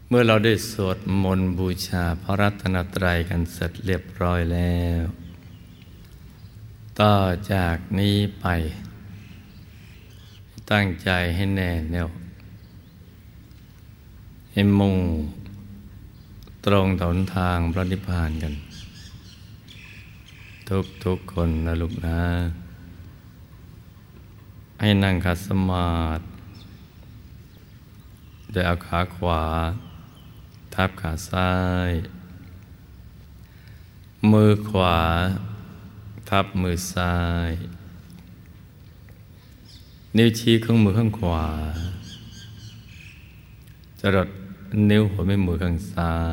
เมื่อเราได้สวดมนต์บูชาพระรัตนตรัยกันเสร็จเรียบร้อยแล้วต่อจากนี้ไปตั้งใจให้แน่แน่วให้มุ่งตรงต่อหนทางพระนิพพานกันทุกคนนะลูกนะให้นั่งขัดสมาธิโดยเอาขาขวาทับขาซ้ายมือขวาทับมือซ้ายนิ้วชี้ข้างมือข้างขวาจรดนิ้วหัวแม่มือข้างซ้า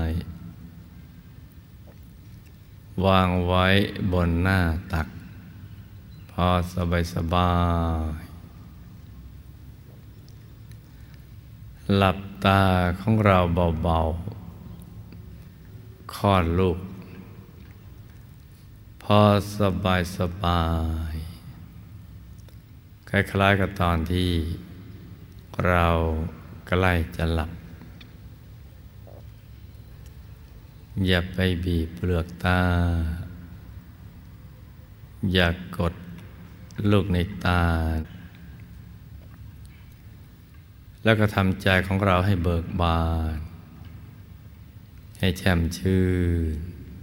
ยวางไว้บนหน้าตักพอสบายหลับตาของเราเบาๆคลอดลูกพอสบายคล้ายๆกับตอนที่เราใกล้จะหลับอย่าไปบีบเปลือกตาอย่ากดลูกในตาแล้วก็ทำใจของเราให้เบิกบานให้แช่มชื่น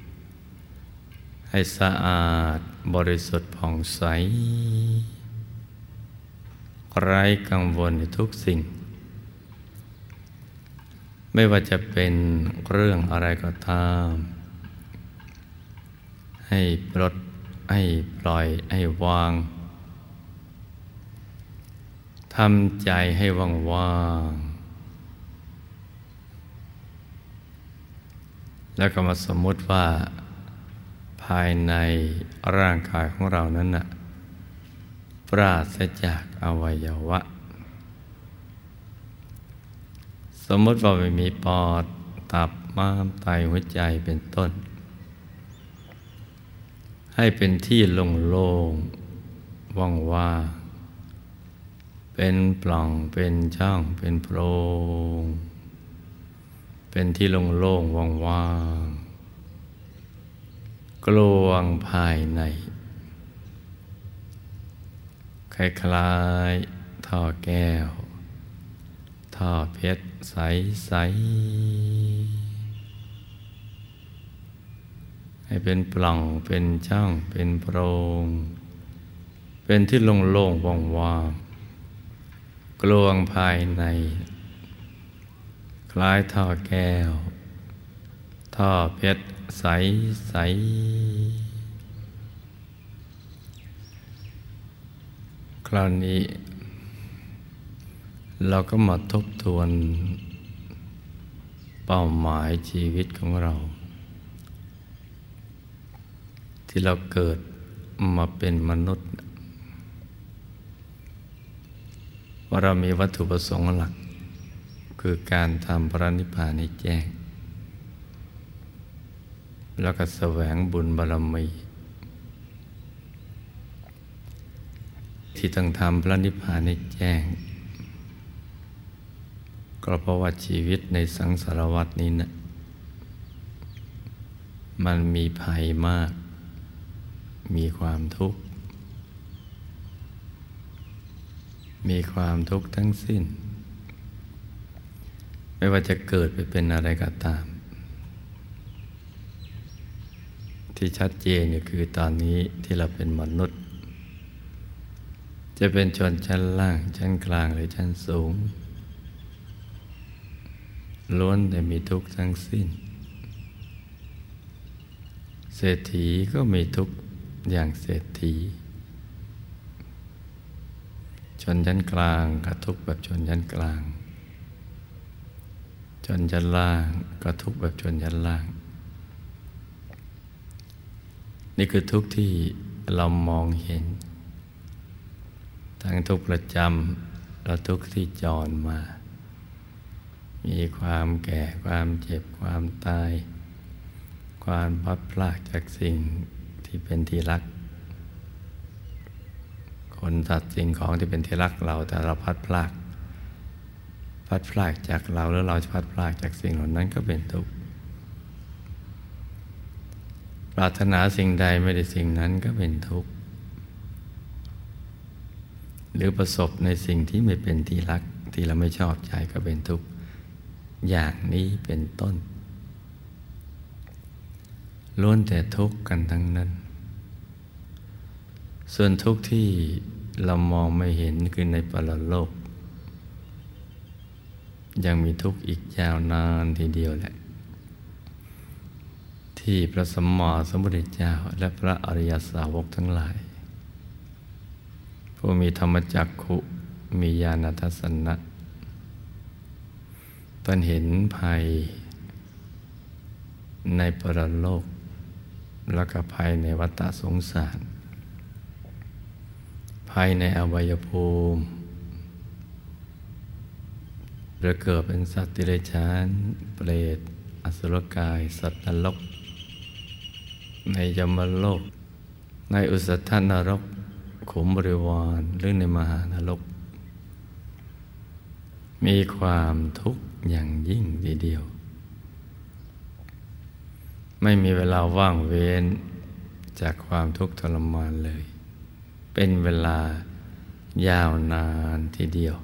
ให้สะอาดบริสุทธิ์ผ่องใสไร้กังวลในทุกสิ่งไม่ว่าจะเป็นเรื่องอะไรก็ตามให้ปลดให้ปล่อยให้วางทำใจให้ว่างๆแล้วก็มาสมมุติว่าภายในร่างกายของเรานั้นน่ะปราศจากอวัยวะสมมติว่าไม่มีปอดตับม้ามไตหัวใจเป็นต้นให้เป็นที่โล่งๆว่างๆเป็นปล่องเป็นช่องเป็นโพรงเป็นที่โล่งๆว่างๆกลวงภายในคล้ายๆท่อแก้วท่อเพชรใสๆให้เป็นปล่องเป็นช่องเป็นโพรงเป็นที่โล่งๆว่างๆกลวงภายในคล้ายท่อแก้วท่อเพชรใสๆคราวนี้เราก็มาทบทวนเป้าหมายชีวิตของเราที่เราเกิดมาเป็นมนุษย์ว่าเรามีวัตถุประสงค์หลักคือการทำพระนิพพานให้แจ้งแล้วก็แสวงบุญบารมีที่ต้องทำพระนิพพานให้แจ้งก็เพราะว่าชีวิตในสังสารวัฏนี้นะมันมีภัยมากมีความทุกข์ทั้งสิ้นไม่ว่าจะเกิดไปเป็นอะไรก็ตามที่ชัดเจนเนี่ยคือตอนนี้ที่เราเป็นมนุษย์จะเป็นชนชั้นล่างชั้นกลางหรือชั้นสูงล้วนแต่มีทุกข์ทั้งสิ้นเศรษฐีก็มีทุกข์อย่างเศรษฐีชนชั้นกลางก็ทุกข์แบบชนชั้นกลางชนชั้นล่างก็ทุกข์แบบชนชั้นล่างนี่คือทุกข์ที่เรามองเห็นทั้งทุกข์ประจำและทุกข์ที่จรมามีความแก่ความเจ็บความตายความพลัดพรากจากสิ่งที่เป็นที่รักคนสัตว์สิ่งของที่เป็นที่รักเราแต่เราพลัดพรากพลัดพรากจากเราหรือเราจะพลัดพรากจากสิ่งเหล่านั้นก็เป็นทุกข์ปรารถนาสิ่งใดไม่ได้สิ่งนั้นก็เป็นทุกข์หรือประสบในสิ่งที่ไม่เป็นที่รักที่เราไม่ชอบใจก็เป็นทุกข์อย่างนี้เป็นต้นล้วนแต่ทุกข์กันทั้งนั้นส่วนทุกข์ที่เรามองไม่เห็นคือในปรโลกยังมีทุกข์อีกยาวนานทีเดียวแหละที่พระสัมมาสัมพุทธเจ้าและพระอริยสาวกทั้งหลายผู้มีธรรมจักขุมีญาณทัสสนะท่านเห็นภัยในปรโลกและก็ภัยในวัฏสงสารภัยในอวัยภูมิหรือเกิดเป็นสัตว์ดิเรกชันเปรตอสุรกายสัตว์นรกในยมโลกในอุสธนรกขุมบริวารหรือในมหานรกมีความทุกข์อย่างยิ่งทีเดียวไม่มีเวลาว่างเว้นจากความทุกข์ทรมานเลยเป็นเวลายาวนานทีเดียว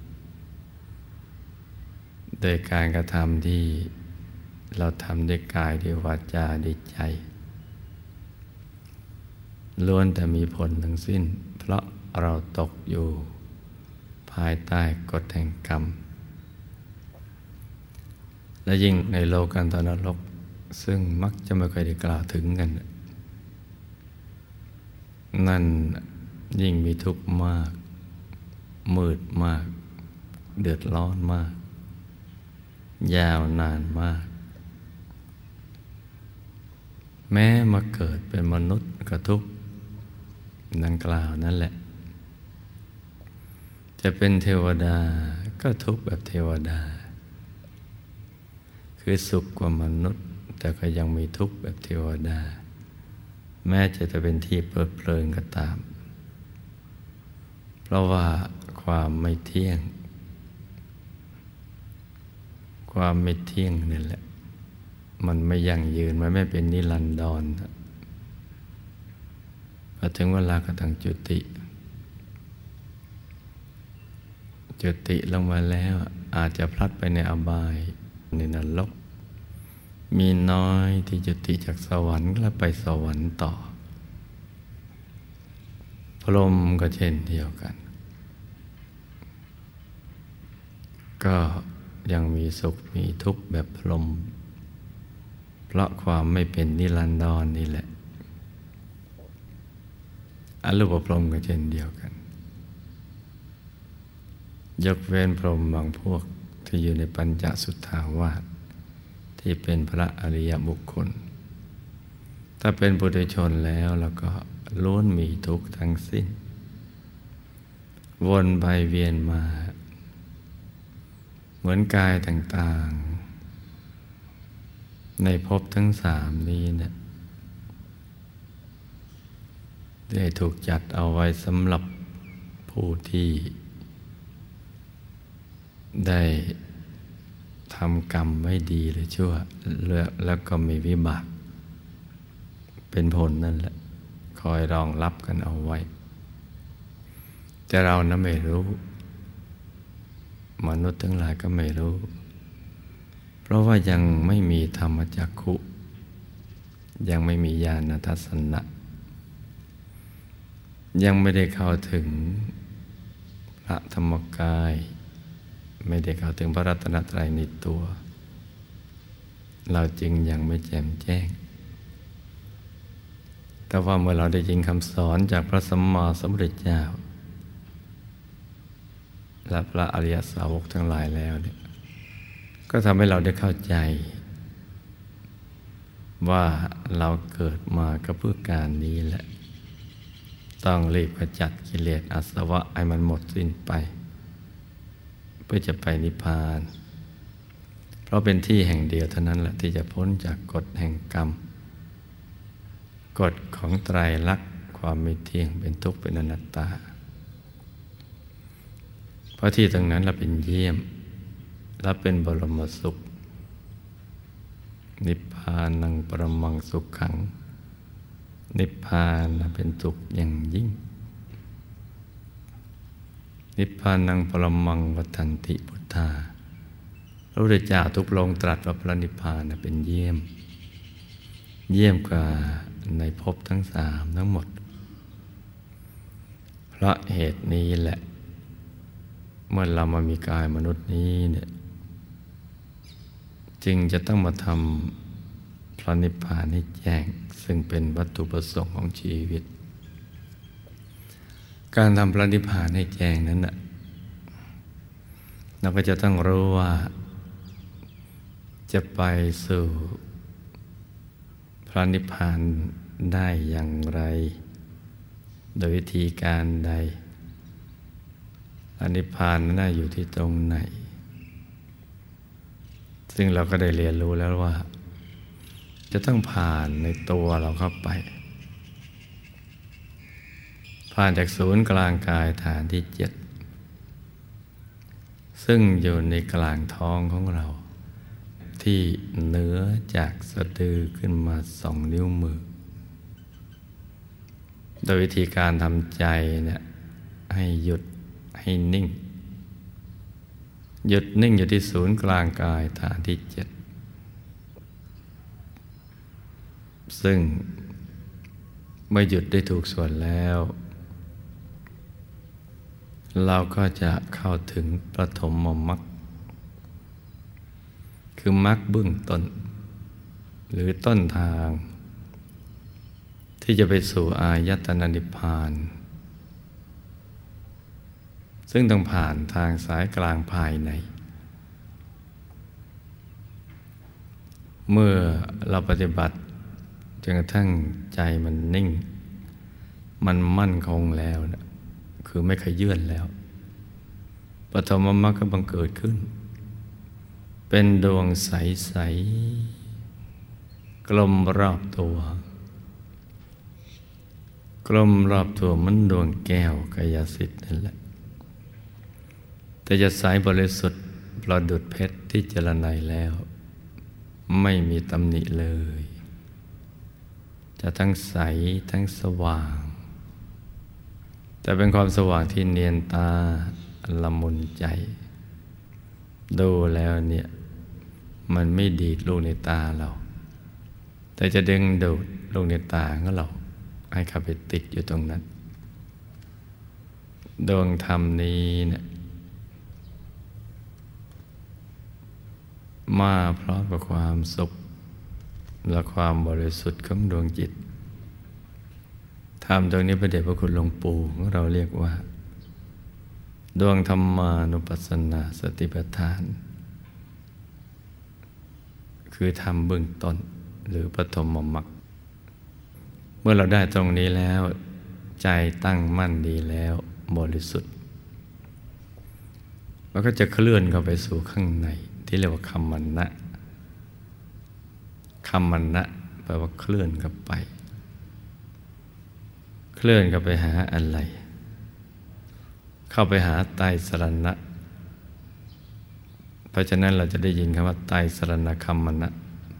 โดยการกระทำที่เราทำด้วยกายด้วยวาจาด้วยใจล้วนแต่มีผลทั้งสิ้นเพราะเราตกอยู่ภายใต้กฎแห่งกรรมและยิ่งในโลกันตนรกซึ่งมักจะไม่ค่อยได้กล่าวถึงกันนั่นยิ่งมีทุกข์มากมืดมากเดือดร้อนมากยาวนานมากแม้มาเกิดเป็นมนุษย์ก็ทุกข์ดังกล่าวนั่นแหละจะเป็นเทวดาก็ทุกข์แบบเทวดาคือสุขกว่ามนุษย์แต่ก็ยังมีทุกข์แบบเทวดาแม้จะเป็นที่เพลิดเพลินก็ตามเพราะว่าความไม่เที่ยงนี่แหละมันไม่ยั่งยืนมันไม่เป็นนิรันดรพอถึงเวลาก็ต้องจุติลงมาแล้วอาจจะพลัดไปในอบายในนรกมีน้อยที่จุติจากสวรรค์แล้วไปสวรรค์ต่อพรหมก็เช่นเดียวกันก็ยังมีสุขมีทุกข์แบบพรหมเพราะความไม่เป็นนิรันดรนี่แหละอรูปพรหมก็เช่นเดียวกันยกเว้นพรหมบางพวกที่อยู่ในปัญจสุทธาวาสที่เป็นพระอริยบุคคลถ้าเป็นปุถุชนแล้วก็ล้วนมีทุกข์ทั้งสิ้นวนไปเวียนมาเหมือนกายต่างๆในภพทั้งสามนี้เนี่ยได้ถูกจัดเอาไว้สำหรับผู้ที่ได้ทำกรรมไว้ดีหรือชั่วแล้วก็มีวิบากเป็นผลนั่นแหละคอยรองรับกันเอาไว้แต่เรานะไม่รู้มนุษย์ทั้งหลายก็ไม่รู้เพราะว่ายังไม่มีธรรมจักขุยังไม่มีญาณทัสสนะยังไม่ได้เข้าถึงพระธรรมกายไม่ได้เข้าถึงพระรัตนตรัยในตัวเราจึงยังไม่แจ่มแจ้งแต่ว่าเมื่อเราได้ยินคำสอนจากพระสัมมาสัมพุทธเจ้าและพระอริยสาวกทั้งหลายแล้วเนี่ยก็ทำให้เราได้เข้าใจว่าเราเกิดมาก็เพื่อการนี้แหละต้องรีบขจัดกิเลสอาสวะให้มันหมดสิ้นไปเพื่อจะไปนิพพานเพราะเป็นที่แห่งเดียวเท่านั้นแหละที่จะพ้นจากกฎแห่งกรรมกฎของไตรลักษณ์ความไม่เที่ยงเป็นทุกข์เป็นอนัตตาเพราะที่ตรงนั้นเราเป็นเยี่ยมและเป็นบรมสุขนิพพานังปรมังสุขขังนิพพานเป็นสุขอย่างยิ่งนิพพานังปรมังวัฏันติพุทธาพระพุทธเจ้าทุกพระองค์ตรัสว่าพระนิพพานเป็นเยี่ยมกว่าในภพทั้งสามทั้งหมดเพราะเหตุนี้แหละเมื่อเรามามีกายมนุษย์นี้เนี่ยจึงจะต้องมาทำพระนิพพานให้แจ้งซึ่งเป็นวัตถุประสงค์ของชีวิตการทำพระนิพพานให้แจ้งนั้นเราก็จะต้องรู้ว่าจะไปสู่พระนิพพานได้อย่างไรโดยวิธีการใดพระนิพพานนั้นอยู่ที่ตรงไหนซึ่งเราก็ได้เรียนรู้แล้วว่าจะต้องผ่านในตัวเราเข้าไปผ่านจากศูนย์กลางกายฐานที่7ซึ่งอยู่ในกลางท้องของเราที่เหนือจากสะดือขึ้นมา2 นิ้วมือโดยวิธีการทำใจเนี่ยให้หยุดให้นิ่งหยุดนิ่งอยู่ที่ศูนย์กลางกายฐานที่7ซึ่งเมื่อหยุดได้ถูกส่วนแล้วเราก็จะเข้าถึงปฐมมรรคคือมรรคเบื้องต้นหรือต้นทางที่จะไปสู่อายตนะนิพพานซึ่งต้องผ่านทางสายกลางภายในเมื่อเราปฏิบัติจนกระทั่งใจมันนิ่งมันมั่นคงแล้วนะคือไม่ขยื่นแล้วปฐมมรรคก็บังเกิดขึ้นเป็นดวงใสๆกลมรอบตัวกลมรอบตัวเหมือนดวงแก้วกายสิทธิ์นั่นแหละแต่จะใสบริสุทธิ์ประดุจเพชรที่เจรไนแล้วไม่มีตำหนิเลยจะทั้งใสทั้งสว่างแต่เป็นความสว่างที่เนียนตาละมุนใจดูแล้วเนี่ยมันไม่ดีดลูกในตาเราแต่จะดึงดูดลูกในตาของเราให้เข้าไปติดอยู่ตรงนั้นดวงธรรมนี้เนี่ยมาพร้อมกับความสุขและความบริสุทธิ์ของดวงจิตธรรมตรงนี้พระเดชพระคุณหลวงปู่ของเราเรียกว่าดวงธรรมานุปัสสนาสติปัฏฐานคือธรรมเบื้องต้นหรือปฐมมรรคเมื่อเราได้ตรงนี้แล้วใจตั้งมั่นดีแล้วบริสุทธิ์มันก็จะเคลื่อนเข้าไปสู่ข้างในที่เรียกว่าคัมมัณนะคัมมัณนะแปลว่าเคลื่อนเข้าไปเคลื่อนเข้าไปหาอะไรเข้าไปหาไตรสรณะเพราะฉะนั้นเราจะได้ยินคำว่าไตรสรณคัมมัณนะ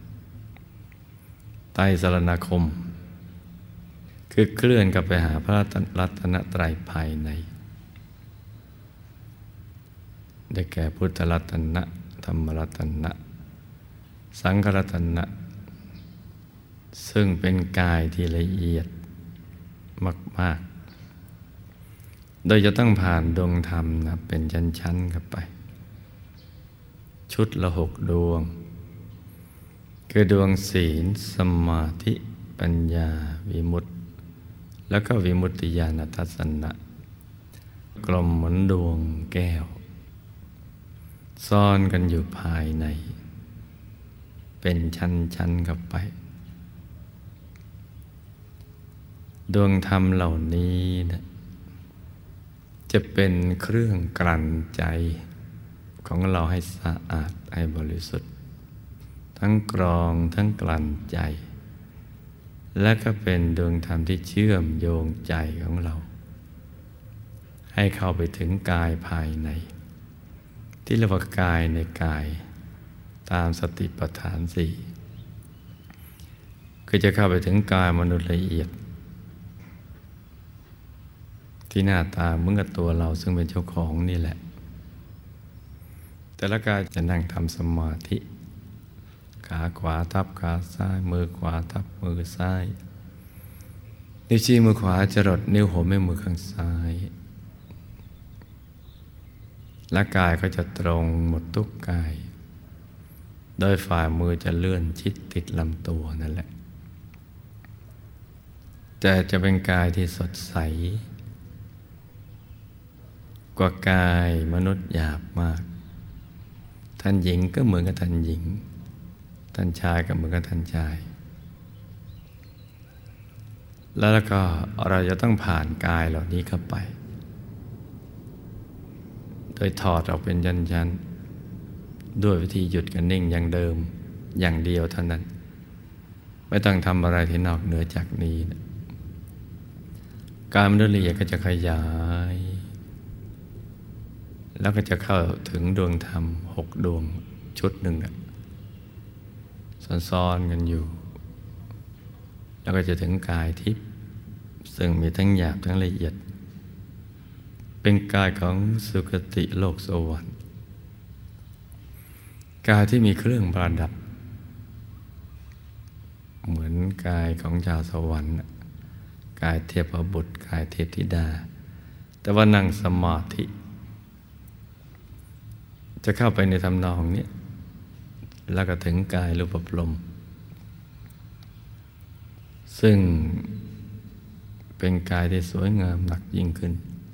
ไตรสรณคมคือเคลื่อนกลับไปหาพระรัตนตรัยภายในได้แก่พุทธรัตนะธรรมรัตนะสังฆรัตนะซึ่งเป็นกายที่ละเอียดมากๆโดยจะต้องผ่านดวงธรรมนะเป็นชั้นๆเข้าไปชุดละ6 ดวงคือดวงศีลสมาธิปัญญาวิมุตติแล้วก็วิมุตติญาณทัสสนะกลมเหมือนดวงแก้วซ่อนกันอยู่ภายในเป็นชั้นๆเข้าไปดวงธรรมเหล่านี้นะจะเป็นเครื่องกลั่นใจของเราให้สะอาดให้บริสุทธิ์ทั้งกรองทั้งกลั่นใจและก็เป็นดวงธรรมที่เชื่อมโยงใจของเราให้เข้าไปถึงกายภายในที่เรียกว่ากายในกายตามสติปัฏฐานสี่คือจะเข้าไปถึงกายมนุษย์ละเอียดที่หน้าตาเหมือนกับตัวเราซึ่งเป็นเจ้าของนี่แหละแต่ละกายจะนั่งทำสมาธิขาขวาทับขาซ้ายมือขวาทับมือซ้ายนิ้วชี้มือขวาจรดนิ้วหัวแม่มือข้างซ้ายและกายก็จะตรงหมดทุกกายโดยฝ่ามือจะเลื่อนชิดติดลำตัวนั่นแหละแต่จะเป็นกายที่สดใสกว่ากายมนุษย์หยาบมากท่านหญิงก็เหมือนกับท่านหญิงท่านชายก็เหมือนกับท่านชายแล้วก็เราจะต้องผ่านกายเหล่านี้เข้าไปโดยถอดออกเป็นยันๆด้วยวิธีหยุดกันนิ่งอย่างเดิมอย่างเดียวเท่านั้นไม่ต้องทำอะไรที่นอกเหนือจากนี้นะกายมนุษย์ละเอียดก็จะขยายแล้วก็จะเข้าถึงดวงธรรม6 ดวงชุดหนึ่งซ้อนๆกันอยู่แล้วก็จะถึงกายทิพย์ซึ่งมีทั้งหยาบทั้งละเอียดเป็นกายของสุคติโลกสวรรค์กายที่มีเครื่องประดับเหมือนกายของชาวสวรรค์กายเทพบุตรกายเทพธิดาแต่ว่านั่งสมาธิจะเข้าไปในทำนองนี้แล้วก็ถึงกายรูปพรหมซึ่งเป็นกายที่สวยงามหนักยิ่งขึ้น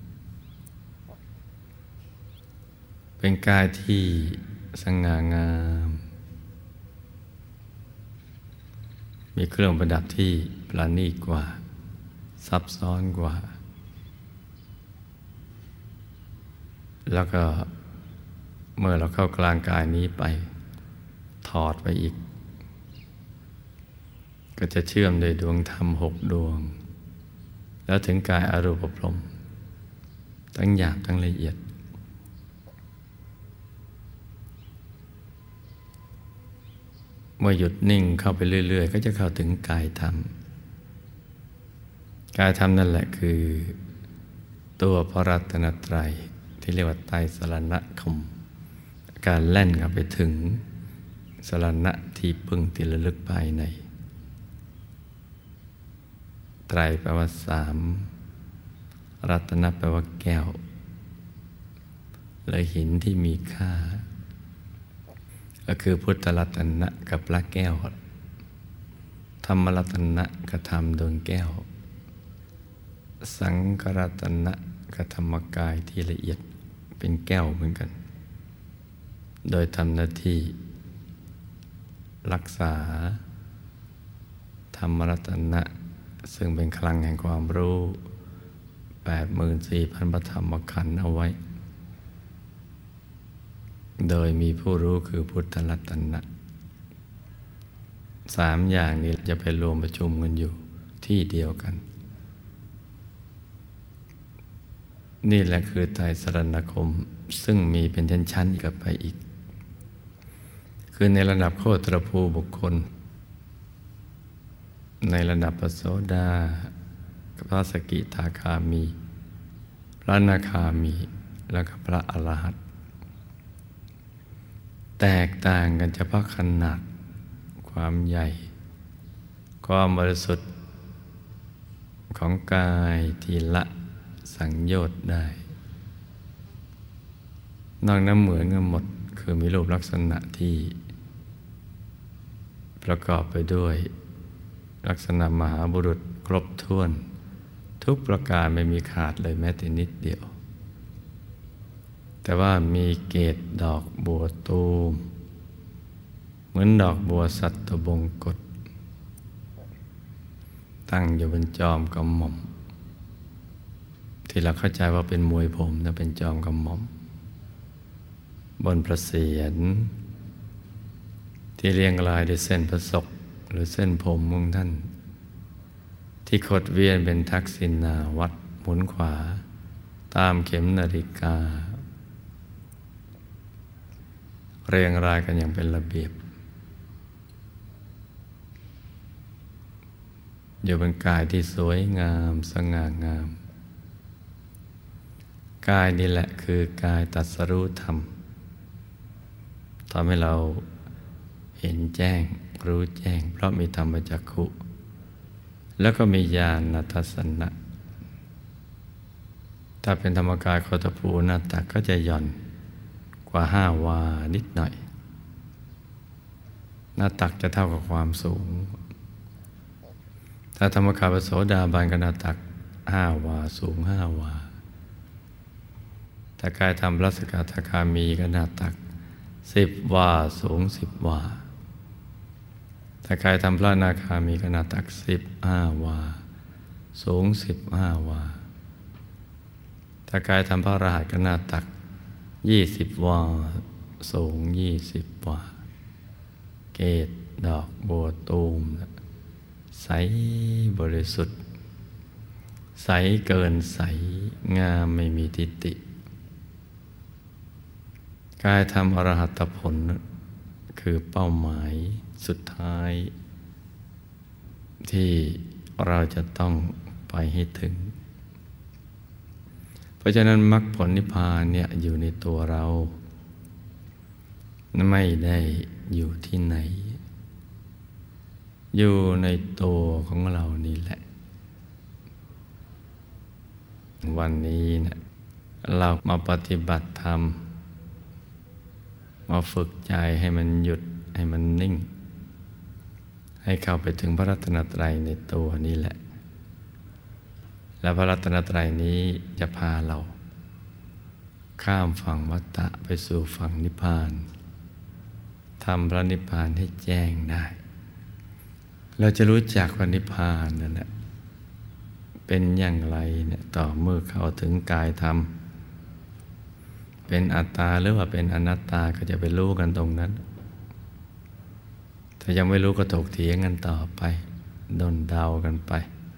เป็นกายที่สง่างามมีเครื่องประดับที่ประณีตกว่าซับซ้อนกว่าแล้วก็เมื่อเราเข้ากลางกายนี้ไปถอดไปอีกก็จะเชื่อมโดยดวงธรรม6 ดวงแล้วถึงกายอรูปพรหมทั้งหยาบทั้งละเอียดเมื่อหยุดนิ่งเข้าไปเรื่อยๆก็จะเข้าถึงกายธรรมกายธรรมนั่นแหละคือตัวพระรัตนตรัยที่เรียกว่าไตรสรณคมการแล่นเข้าไปถึงสรณะที่พึ่งที่ระลึกภายในไตรแปลว่า3รัตนะแปลว่าแก้วและหินที่มีค่าก็คือพุทธรัตนะกับพระแก้วธรรมรัตนะกับธรรมดวงแก้วสังฆรัตนะกับธรรมกายที่ละเอียดเป็นแก้วเหมือนกันโดยทำหน้าที่รักษาธรรมรัตนะซึ่งเป็นคลังแห่งความรู้ 84,000 พระธรรมขันธ์เอาไว้โดยมีผู้รู้คือพุทธรัตนะ3 อย่างนี้จะไปรวมประชุมกันอยู่ที่เดียวกันนี่แหละคือไตรสรณคมซึ่งมีเป็นชั้นๆกันไปอีกคือในระดับโคตรภูบุคคลในระดับพระโสดาพระสกิทาคามีพระอนาคามีแล้วก็พระอรหันต์แตกต่างกันเฉพาะขนาดความใหญ่ความบริสุทธิ์ของกายที่ละสังโยชน์ได้นอกนั้นเหมือนกันหมดคือมีรูปลักษณะที่ประกอบไปด้วยลักษณะมหาบุรุษครบถ้วนทุกประการไม่มีขาดเลยแม้แต่นิดเดียวแต่ว่ามีเกศดอกบัวตูมเหมือนดอกบัวสัตบงกฎตั้งอยู่บนจอมกระหม่อมที่เราเข้าใจว่าเป็นมวยผมนะเป็นจอมกระหม่อมบนพระเศียรที่เรียงรายด้วยเส้นพระศกหรือเส้นผมของท่านที่ขดเวียนเป็นทักษิณาวัตรหมุนขวาตามเข็มนาฬิกาเรียงรายกันอย่างเป็นระเบียบอยู่บนกายที่สวยงามสง่างามกายนี่แหละคือกายตรัสรู้ธรรมทำให้เราเห็นแจ้งรู้แจ้งเพราะมีธรรมจักขุแล้วก็มีญาณทัศนะถ้าเป็นธรรมกายโคตภูหน้าตักก็จะหย่อนกว่า5 วานิดหน่อยหน้าตักจะเท่ากับความสูงถ้าธรรมกายพระโสดาบันก็หน้าตัก5 วาสูง5 วาถ้ากายธรรมพระสกทาคามีก็หน้าตัก10 วาสูง10 วาถ้ากายธรรมพระอนาคามีก็หน้าตัก15 วาสูง15 วาถ้ากายธรรมพระอรหันต์ก็หน้าตัก20 วาสูง20 วาเกศดอกบัวตูมใสบริสุทธิ์ใสเกินใสงามไม่มีทิฏฐิกายธรรมอรหัตผลคือเป้าหมายสุดท้ายที่เราจะต้องไปให้ถึงเพราะฉะนั้นมรรคผลนิพพานเนี่ยอยู่ในตัวเราไม่ได้อยู่ที่ไหนอยู่ในตัวของเรานี่แหละวันนี้นะเรามาปฏิบัติธรรมมาฝึกใจให้มันหยุดให้มันนิ่งให้เข้าไปถึงพระรัตนตรัยในตัวนี่แหละและพระรัตนตรัยนี้จะพาเราข้ามฝั่งวัฏฏะไปสู่ฝั่งนิพพานทำพระนิพพานให้แจ้งได้เราจะรู้จักว่านิพพานนั่นแหละเป็นอย่างไรเนี่ยต่อเมื่อเข้าถึงกายธรรมเป็นอัตตาหรือว่าเป็นอนัตตาก็จะไปรู้กันตรงนั้นถ้ายังไม่รู้ก็ถกเถียงกันต่อไปดนเดากันไป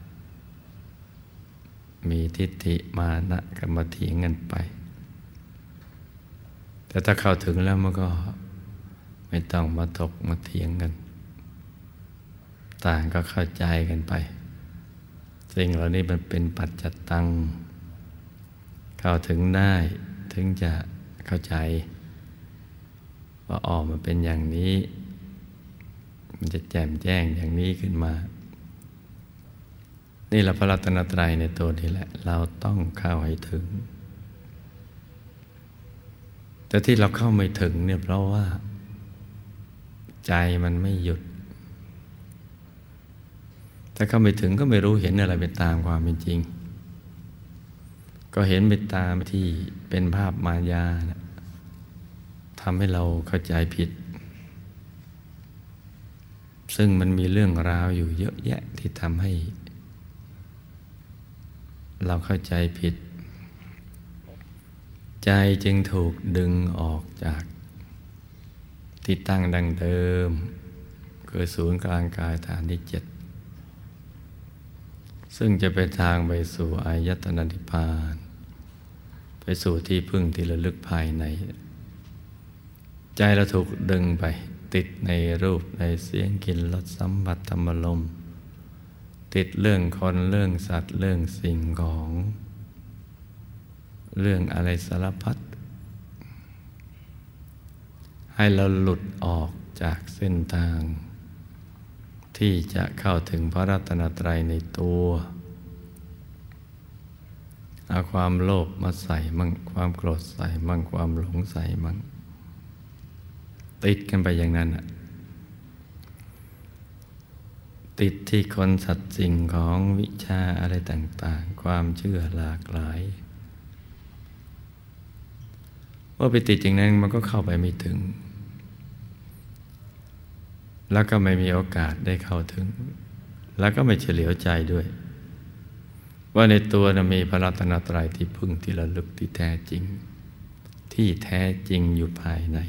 มีทิฏฐิมานะกันมาเถียงกันไปแต่ถ้าเข้าถึงแล้วมันก็ไม่ต้องมาถกมาเถียงกันต่างก็เข้าใจกันไปสิ่งเหล่านี้มันเป็นปัจจัตตังเข้าถึงได้ถึงจะเข้าใจว่าออกมาเป็นอย่างนี้มันจะแจ่มแจ้งอย่างนี้ขึ้นมานี่แหละพระรัตนตรัยในตัวนี่แหละเราต้องเข้าให้ถึงแต่ที่เราเข้าไม่ถึงเนี่ยเพราะว่าใจมันไม่หยุดถ้าเข้าไม่ถึงก็ไม่รู้เห็นอะไรเป็นตามความเป็นจริงก็เห็นไปตามที่เป็นภาพมายานะทำให้เราเข้าใจผิดซึ่งมันมีเรื่องราวอยู่เยอะแยะที่ทำให้เราเข้าใจผิดใจจึงถูกดึงออกจากที่ตั้งดังเดิมคือศูนย์กลางกายฐานที่7ซึ่งจะเป็นทางไปสู่อายตนะนิพพานไปสู่ที่พึ่งที่ระลึกภายในใจเราถูกดึงไปติดในรูปในเสียงกลิ่นรสสัมผัสธรรมลมติดเรื่องคนเรื่องสัตว์เรื่องสิ่งของเรื่องอะไรสารพัดให้เราหลุดออกจากเส้นทางที่จะเข้าถึงพระรัตนตรัยในตัวเอาความโลภมาใส่มั่งความโกรธใส่มั่งความหลงใส่มั่งติดกันไปอย่างนั้นอ่ะติดที่คนสัตว์สิ่งของวิชาอะไรต่างๆความเชื่อหลากหลายว่าไปติดอย่างนั้นมันก็เข้าไปไม่ถึงแล้วก็ไม่มีโอกาสได้เข้าถึงแล้วก็ไม่เฉลียวใจด้วยว่าในตัวมีพระรัตนตรัยที่พึ่งที่ระลึกที่แท้จริงที่แท้จริงอยู่ภายใน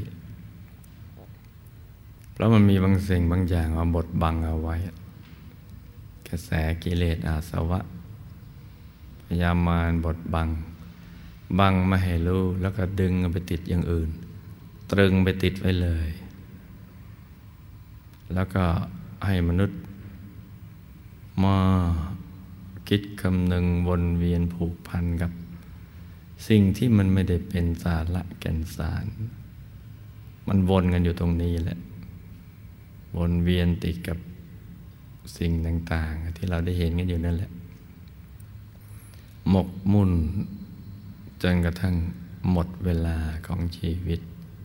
เพราะมันมีบางสิ่งบางอย่างมาบดบังเอาไว้กระแสกิเลสอาสวะพยายามมารบดบังไม่ให้รู้แล้วก็ดึงไปติดอย่างอื่นตรึงไปติดไว้เลย แล้วก็ให้มนุษย์มาคิดคำนึงวนเวียนผูกพันกับสิ่งที่มันไม่ได้เป็นสาระแก่นสาร มันวนกันอยู่ตรงนี้แหละวนเวียนติดกับสิ่งต่างๆที่เราได้เห็นกันอยู่นั่นแหละหมกมุ่นจนกระทั่งหมดเวลาของชีวิต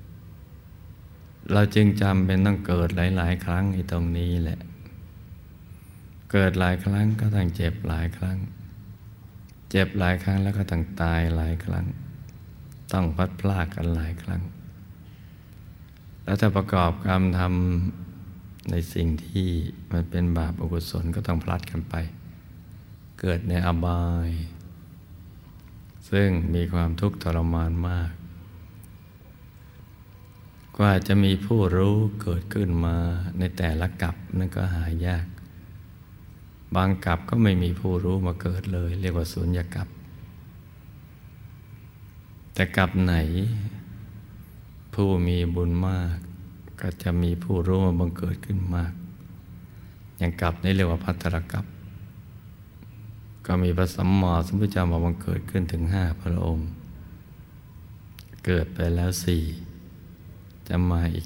เราจึงจำเป็นต้องเกิดหลายๆครั้งในตรงนี้แหละเกิดหลายครั้งก็ต้องเจ็บหลายครั้งเจ็บหลายครั้งแล้วก็ต้องตายหลายครั้งต้องพลัดพรากกันหลายครั้งแล้วถ้าประกอบกรรมทำในสิ่งที่มันเป็นบาปอกุศลก็ต้องพลัดกันไปเกิดในอบายซึ่งมีความทุกข์ทรมานมากกว่าจะมีผู้รู้เกิดขึ้นมาในแต่ละกัปนั่นก็หายากบางกัปก็ไม่มีผู้รู้มาเกิดเลยเรียกว่าสุญญกัปแต่กัปไหนผู้มีบุญมากก็จะมีผู้รู้มาบังเกิดขึ้นมากอย่างกัปนี้เรียกว่าภัตตรกัปก็มีพระสัมมาสัมพุทธเจ้ามาบังเกิดขึ้นถึง5 พระองค์เกิดไปแล้ว4จะมาอีก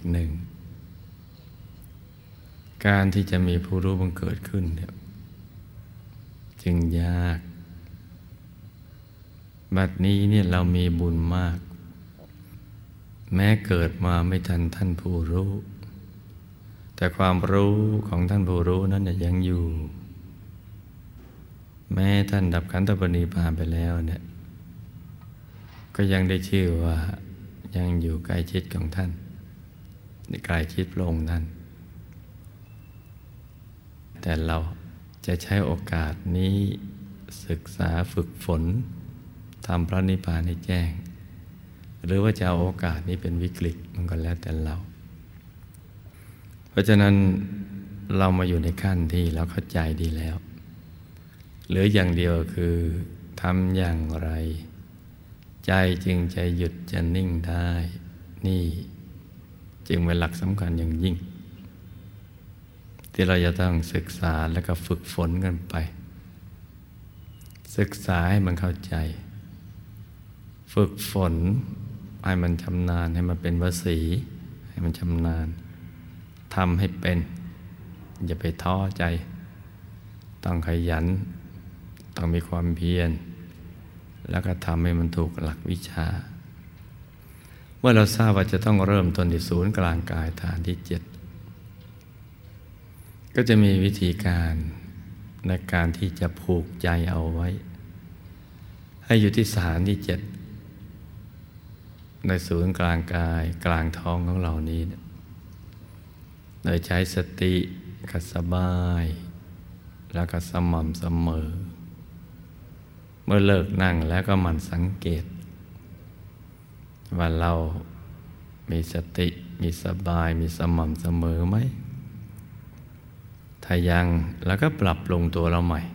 1การที่จะมีผู้รู้บังเกิดขึ้นเนี่ยจึงยากบัดนี้เนี่ยเรามีบุญมากแม้เกิดมาไม่ทันท่านผู้รู้แต่ความรู้ของท่านผู้รู้นั้นยังอยู่แม้ท่านดับขันธปรินิพพานไปแล้วเนี่ยก็ยังได้ชื่อว่ายังอยู่ใกล้ชิดของท่านใกล้ชิดพระองค์ท่านแต่เราจะใช้โอกาสนี้ศึกษาฝึกฝนทำพระนิพพานให้แจ้งหรือว่าจะเอาโอกาสนี้เป็นวิกฤตมันก็แล้วแต่เราเพราะฉะนั้นเรามาอยู่ในขั้นที่เราเข้าใจดีแล้วเหลืออย่างเดียวคือทำอย่างไรใจจึงจะหยุดจะนิ่งได้นี่จึงเป็นหลักสำคัญอย่างยิ่งที่เราจะต้องศึกษาแล้วก็ฝึกฝนกันไปศึกษาให้มันเข้าใจฝึกฝนให้มันชำนาญให้มันเป็นวสีให้มันชำนาญทำให้เป็นอย่าไปท้อใจต้องขยันต้องมีความเพียรแล้วก็ทำให้มันถูกหลักวิชาเมื่อเราทราบว่าจะต้องเริ่มต้นที่ศูนย์กลางกายฐานที่7ก็จะมีวิธีการในการที่จะผูกใจเอาไว้ให้อยู่ที่ฐานที่7ในศูนย์กลางกายกลางท้องของเรานี้โดยใช้สติกับสบายแล้วก็สม่ำเสมอเมื่อเลิกนั่งแล้วก็หมั่นสังเกตว่าเรามีสติมีสบายมีสม่ำเสมอไหมถ้ายังแล้วก็ปรับปรุงตัวเราใหม่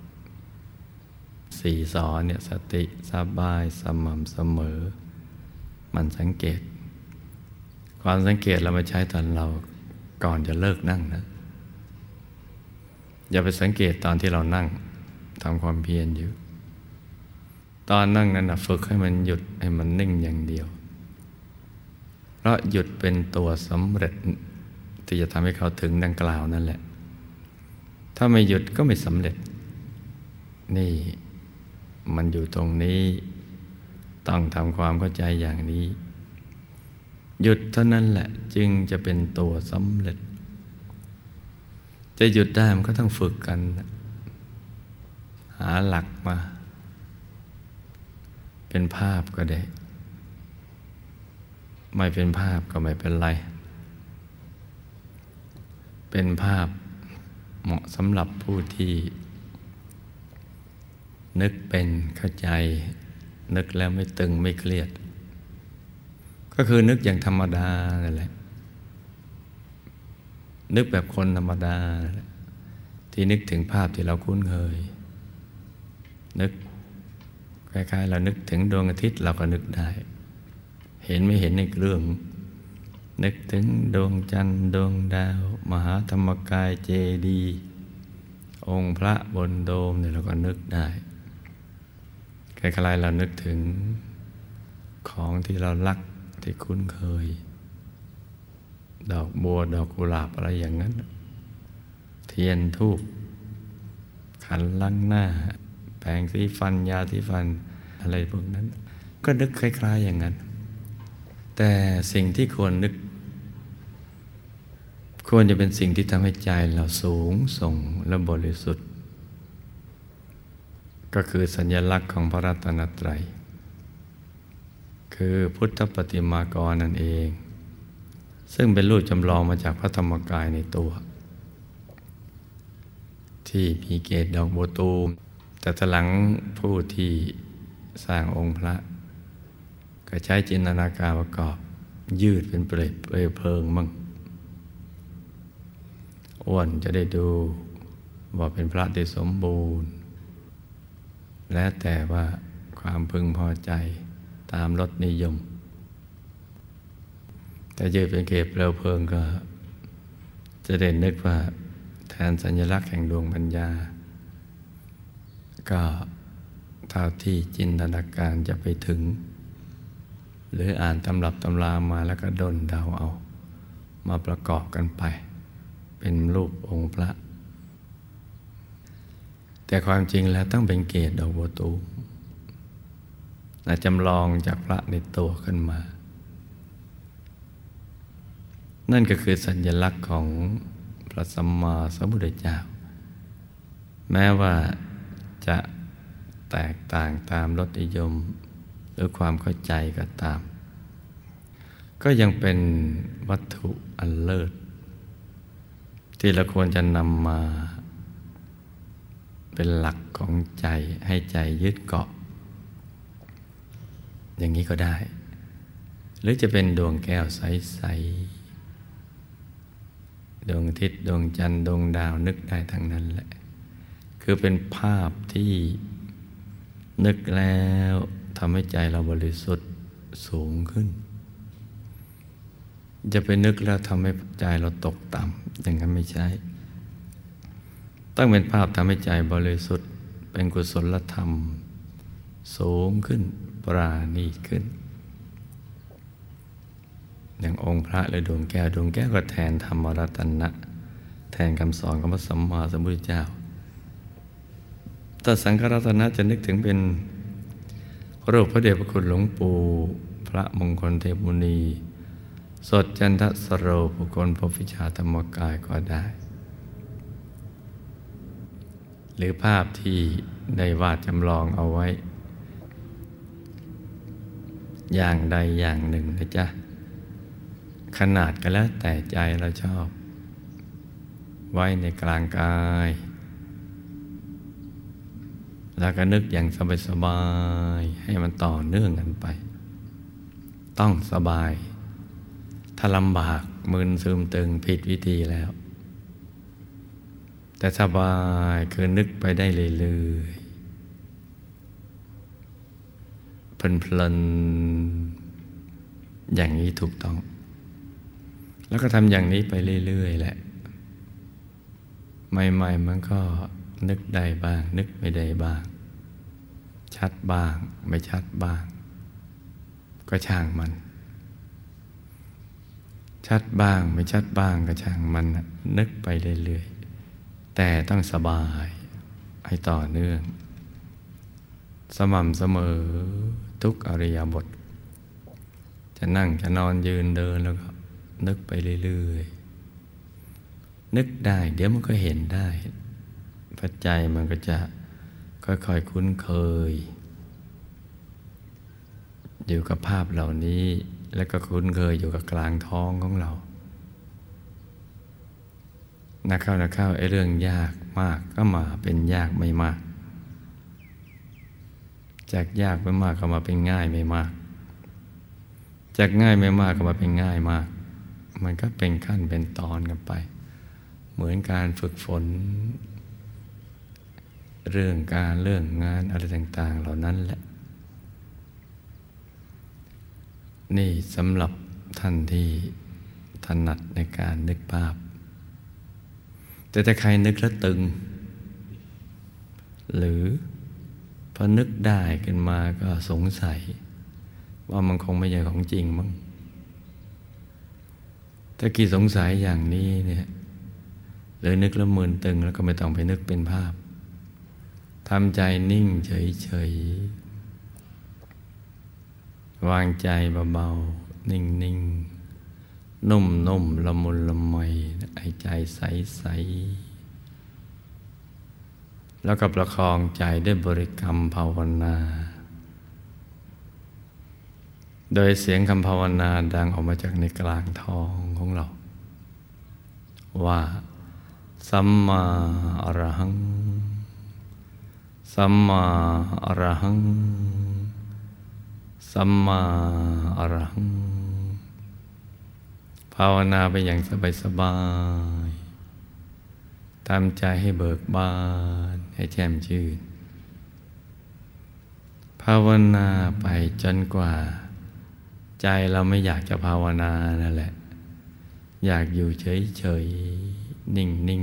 4 สอนเนี่ยสติสบายสม่ำเสมอมันสังเกตความสังเกตเรามาใช้ตอนเราก่อนจะเลิกนั่งนะอย่าไปสังเกตตอนที่เรานั่งทำความเพียรอยู่ตอนนั่งนั้นฝึกให้มันหยุดให้มันนิ่งอย่างเดียวเพราะหยุดเป็นตัวสำเร็จที่จะทำให้เขาถึงดังกล่าวนั่นแหละถ้าไม่หยุดก็ไม่สำเร็จนี่มันอยู่ตรงนี้ต้องทำความเข้าใจอย่างนี้หยุดเท่านั้นแหละจึงจะเป็นตัวสำเร็จจะหยุดได้มันก็ต้องฝึกกันหาหลักมาเป็นภาพก็ได้ไม่เป็นภาพก็ไม่เป็นไรเป็นภาพเหมาะสำหรับผู้ที่นึกเป็นเข้าใจนึกแล้วไม่ตึงไม่เครียดก็คือนึกอย่างธรรมดานั่นแหละนึกแบบคนธรรมดาที่นึกถึงภาพที่เราคุ้นเคยนึกคล้ายๆเรานึกถึงดวงอาทิตย์เราก็นึกได้เห็นไม่เห็นในเรื่องนึกถึงดวงจันทร์ดวงดาวมหาธรรมกายเจดีย์องค์พระบนโดมเนี่ยเราก็นึกได้คล้ายๆเรานึกถึงของที่เรารักที่คุ้นเคยดอกบัวดอกกุหลาบอะไรอย่างนั้นเทียนธูปขันล้างหน้าแปรงสีฟันยาสีฟันอะไรพวกนั้นก็นึกคล้ายๆอย่างนั้นแต่สิ่งที่ควรนึกควรจะเป็นสิ่งที่ทำให้ใจเราสูงส่งและบริสุทธิ์ก็คือสัญลักษณ์ของพระรัตนตรัยคือพุทธปฏิมากรนั่นเองซึ่งเป็นรูปจำลองมาจากพระธรรมกายในตัวที่มีเกศดอกบัวตูมแต่ตอนหลังผู้ที่สร้างองค์พระก็ใช้จินตนาการประกอบยืดเป็นเปลวเพลิงมั่งอ้วนจะได้ดูว่าเป็นพระที่สมบูรณ์และแต่ว่าความพึงพอใจตามรสนิยมแต่ยืดเป็นเกศเปลวเพลิงก็จะได้นึกว่าแทนสัญลักษณ์แห่งดวงปัญญาก็เท่าที่จินตนาการจะไปถึงหรืออ่านตำรับตำรามาแล้วก็ดลเดาเอามาประกอบกันไปเป็นรูปองค์พระแต่ความจริงแล้วต้องเป็นเกศดอกบัวตูมจำลองจากพระในตัวขึ้นมานั่นก็คือสัญลักษณ์ของพระสัมมาสัมพุทธเจ้าแม้ว่าจะแตกต่างตามรสนิยมหรือความเข้าใจก็ตามก็ยังเป็นวัตถุอันเลิศที่เราควรจะนำมาเป็นหลักของใจให้ใจยึดเกาะอย่างนี้ก็ได้หรือจะเป็นดวงแก้วใสๆดวงอาทิตย์ดวงจันทร์ดวงดาวนึกได้ทั้งนั้นแหละคือเป็นภาพที่นึกแล้วทำให้ใจเราบริสุทธิ์สูงขึ้นจะไปนึกแล้วทำให้ใจเราตกต่ำอย่างนั้นไม่ใช่ต้องเป็นภาพทำให้ใจบริสุทธิ์เป็นกุศลธรรมสูงขึ้นปราณีตขึ้นอย่างองค์พระหรือดวงแก้วก็แทนธรรมรัตนะแทนคำสอนของพระสัมมาสัมพุทธเจ้าถ้าสังฆรัตนะจะนึกถึงเป็นรูปพระเดชพระคุณหลวงปู่พระมงคลเทพมุนีสดจันทสโรบุคคลพบวิชาธรรมกายก็ได้หรือภาพที่ได้วาดจำลองเอาไว้อย่างใดอย่างหนึ่งนะจ๊ะขนาดก็แล้วแต่ใจเราชอบไว้ในกลางกายแล้วก็นึกอย่างสบายๆให้มันต่อเนื่องกันไปต้องสบายถ้าลำบากมึนซึมตึงผิดวิธีแล้วแต่สบายคือนึกไปได้เรื่อยๆเพลินๆอย่างนี้ถูกต้องแล้วก็ทำอย่างนี้ไปเรื่อยๆแหละใหม่ๆมันก็นึกได้บ้างนึกไม่ได้บ้างชัดบ้างไม่ชัดบ้างก็ช่างมันชัดบ้างไม่ชัดบ้างก็ช่างมันนึกไปเรื่อยๆแต่ต้องสบายให้ต่อเนื่องสม่ำเสมอทุกอริยบทจะนั่งจะนอนยืนเดินแล้วก็นึกไปเรื่อยๆนึกได้เดี๋ยวมันก็เห็นได้ปัจจัยมันก็จะค่อยๆคุ้นเคยอยู่กับภาพเหล่านี้แล้วก็คุ้นเคยอยู่กับกลางท้องของเรานักเข้าไอ้เรื่องยากมากก็มาเป็นยากไม่มากจากยากไม่มากก็มาเป็นง่ายไม่มากจากง่ายไม่มากก็มาเป็นง่ายมากมันก็เป็นขั้นเป็นตอนกันไปเหมือนการฝึกฝนเรื่องการเรื่องงานอะไรต่างๆเหล่านั้นแหละนี่สำหรับท่านที่ถนัดในการนึกภาพแต่ถ้าใครนึกแล้วตึงหรือพอนึกได้ขึ้นมาก็สงสัยว่ามันคงไม่ใช่ของจริงมั้งถ้ากี่สงสัยอย่างนี้เนี่ยเลยนึกแล้วมึนตึงแล้วก็ไม่ต้องไปนึกเป็นภาพทำใจนิ่งเฉยๆวางใจเบาๆนิ่งๆนุ่มๆละมุนละไมหายใจใสๆแล้วก็ประคองใจด้วยบริกรรมภาวนาโดยเสียงคำภาวนาดังออกมาจากในกลางท้องของเราว่าสัมมาอรหังสัมมาอรหังสัมมาอรหังภาวนาไปอย่างสบายๆทำใจให้เบิกบานให้แจ่มชื่นภาวนาไปจนกว่าใจเราไม่อยากจะภาวนานั่นแหละอยากอยู่เฉยๆนิ่ง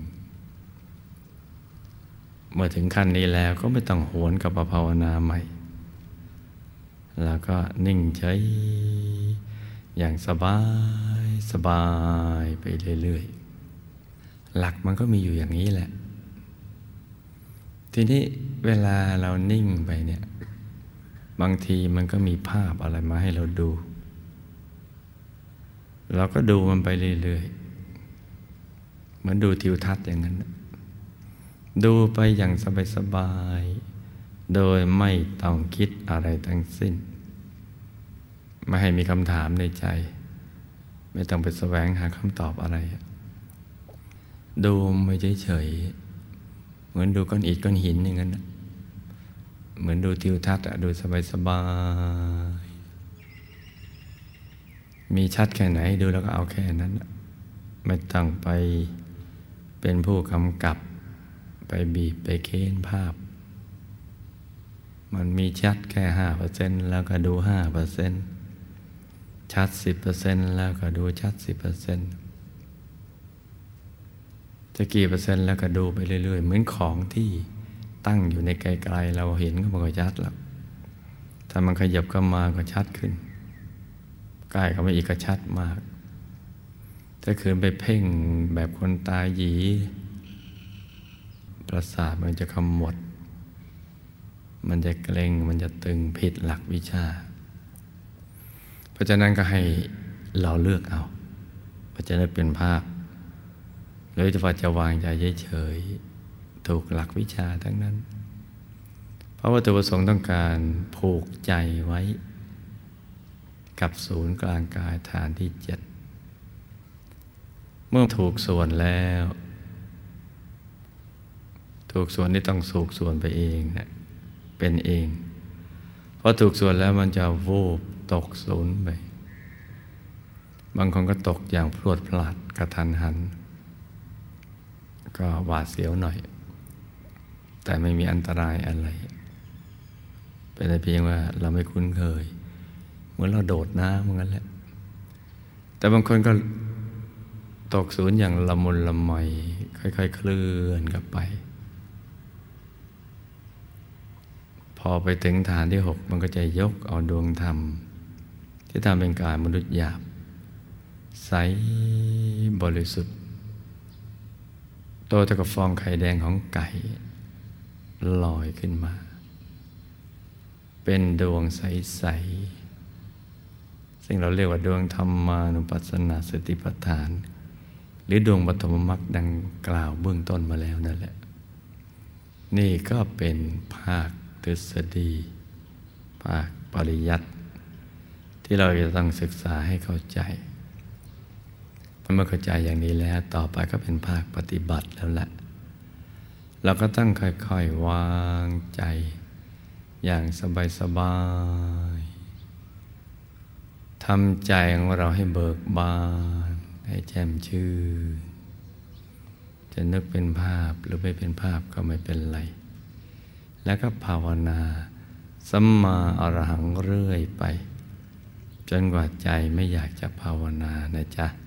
ๆเมื่อถึงขั้นนี้แล้วก็ไม่ต้องหวนกลับมาภาวนาใหม่แล้วก็นิ่งเฉยอย่างสบายไปเรื่อยๆหลักมันก็มีอยู่อย่างนี้แหละทีนี้เวลาเรานิ่งไปเนี่ยบางทีมันก็มีภาพอะไรมาให้เราดูเราก็ดูมันไปเรื่อยๆเหมือนดูทิวทัศน์อย่างนั้นดูไปอย่างสบายๆโดยไม่ต้องคิดอะไรทั้งสิ้นไม่ให้มีคำถามในใจไม่ต้องไปแสวงหาคำตอบอะไรดูไม่เฉยๆเหมือนดูก้อนอิฐก้อนหินอย่างนั้นเหมือนดูทิวทัศน์ดูสบายๆมีชัดแค่ไหนดูแล้วก็เอาแค่นั้นไม่ต้องไปเป็นผู้กำกับไปบีบไปเค้นภาพมันมีชัดแค่ 5% แล้วก็ดู 5% ชัด 10% แล้วก็ดูชัด 10% จะกี่เปอร์เซ็นต์แล้วก็ดูไปเรื่อยๆเหมือนของที่ตั้งอยู่ในไกลๆเราเห็นก็มันก็ชัดแล้วถ้ามันขยับเข้ามาก็ชัดขึ้นใกล้เข้ามาอีกก็ชัดมากถ้าคืนไปเพ่งแบบคนตาหยีประสาทมันจะขมวดมันจะเกร็งมันจะตึงผิดหลักวิชาเพราะฉะนั้นก็ให้เราเลือกเอาว่าจะได้เป็นภาพหรือจะวางใจเฉยๆถูกหลักวิชาทั้งนั้นเพราะว่าตัวประสงค์ต้องการผูกใจไว้กับศูนย์กลางกายฐานที่ 7เมื่อถูกส่วนแล้วถูกส่วนนี่ต้องถูกส่วนไปเองนะเป็นเองเพราะถูกส่วนแล้วมันจะวูบตกศูนย์ไปบางคนก็ตกอย่างพรวดพลาดกระทันหันก็หวาดเสียวหน่อยแต่ไม่มีอันตรายอะไรเป็นแต่เพียงว่าเราไม่คุ้นเคยเหมือนเราโดดน้ำเหมือนกันแหละแต่บางคนก็ตกศูนย์อย่างละมุนละไมค่อยๆเคลื่อนกลับไปพอไปถึงฐานที่ 6มันก็จะยกเอาดวงธรรมที่ทำเป็นกายมนุษย์หยาบใสบริสุทธิ์โตเท่ากับฟองไข่แดงของไก่ลอยขึ้นมาเป็นดวงใสๆซึ่งเราเรียกว่าดวงธรรมานุปัสสนาสติปัฏฐานหรือดวงปฐมมรรคดังกล่าวเบื้องต้นมาแล้วนั่นแหละนี่ก็เป็นภาคทฤษฎีภาคปริยัติที่เราจะต้องศึกษาให้เข้าใจเมื่อเข้าใจอย่างนี้แล้วต่อไปก็เป็นภาคปฏิบัติแล้วแหละเราก็ต้องค่อยๆวางใจอย่างสบายๆทำใจของเราให้เบิกบานให้แจ่มชื่นจะนึกเป็นภาพหรือไม่เป็นภาพก็ไม่เป็นไรแล้วก็ภาวนาสัมมาอรหังเรื่อยไปจนกว่าใจไม่อยากจะภาวนานะจ๊ะ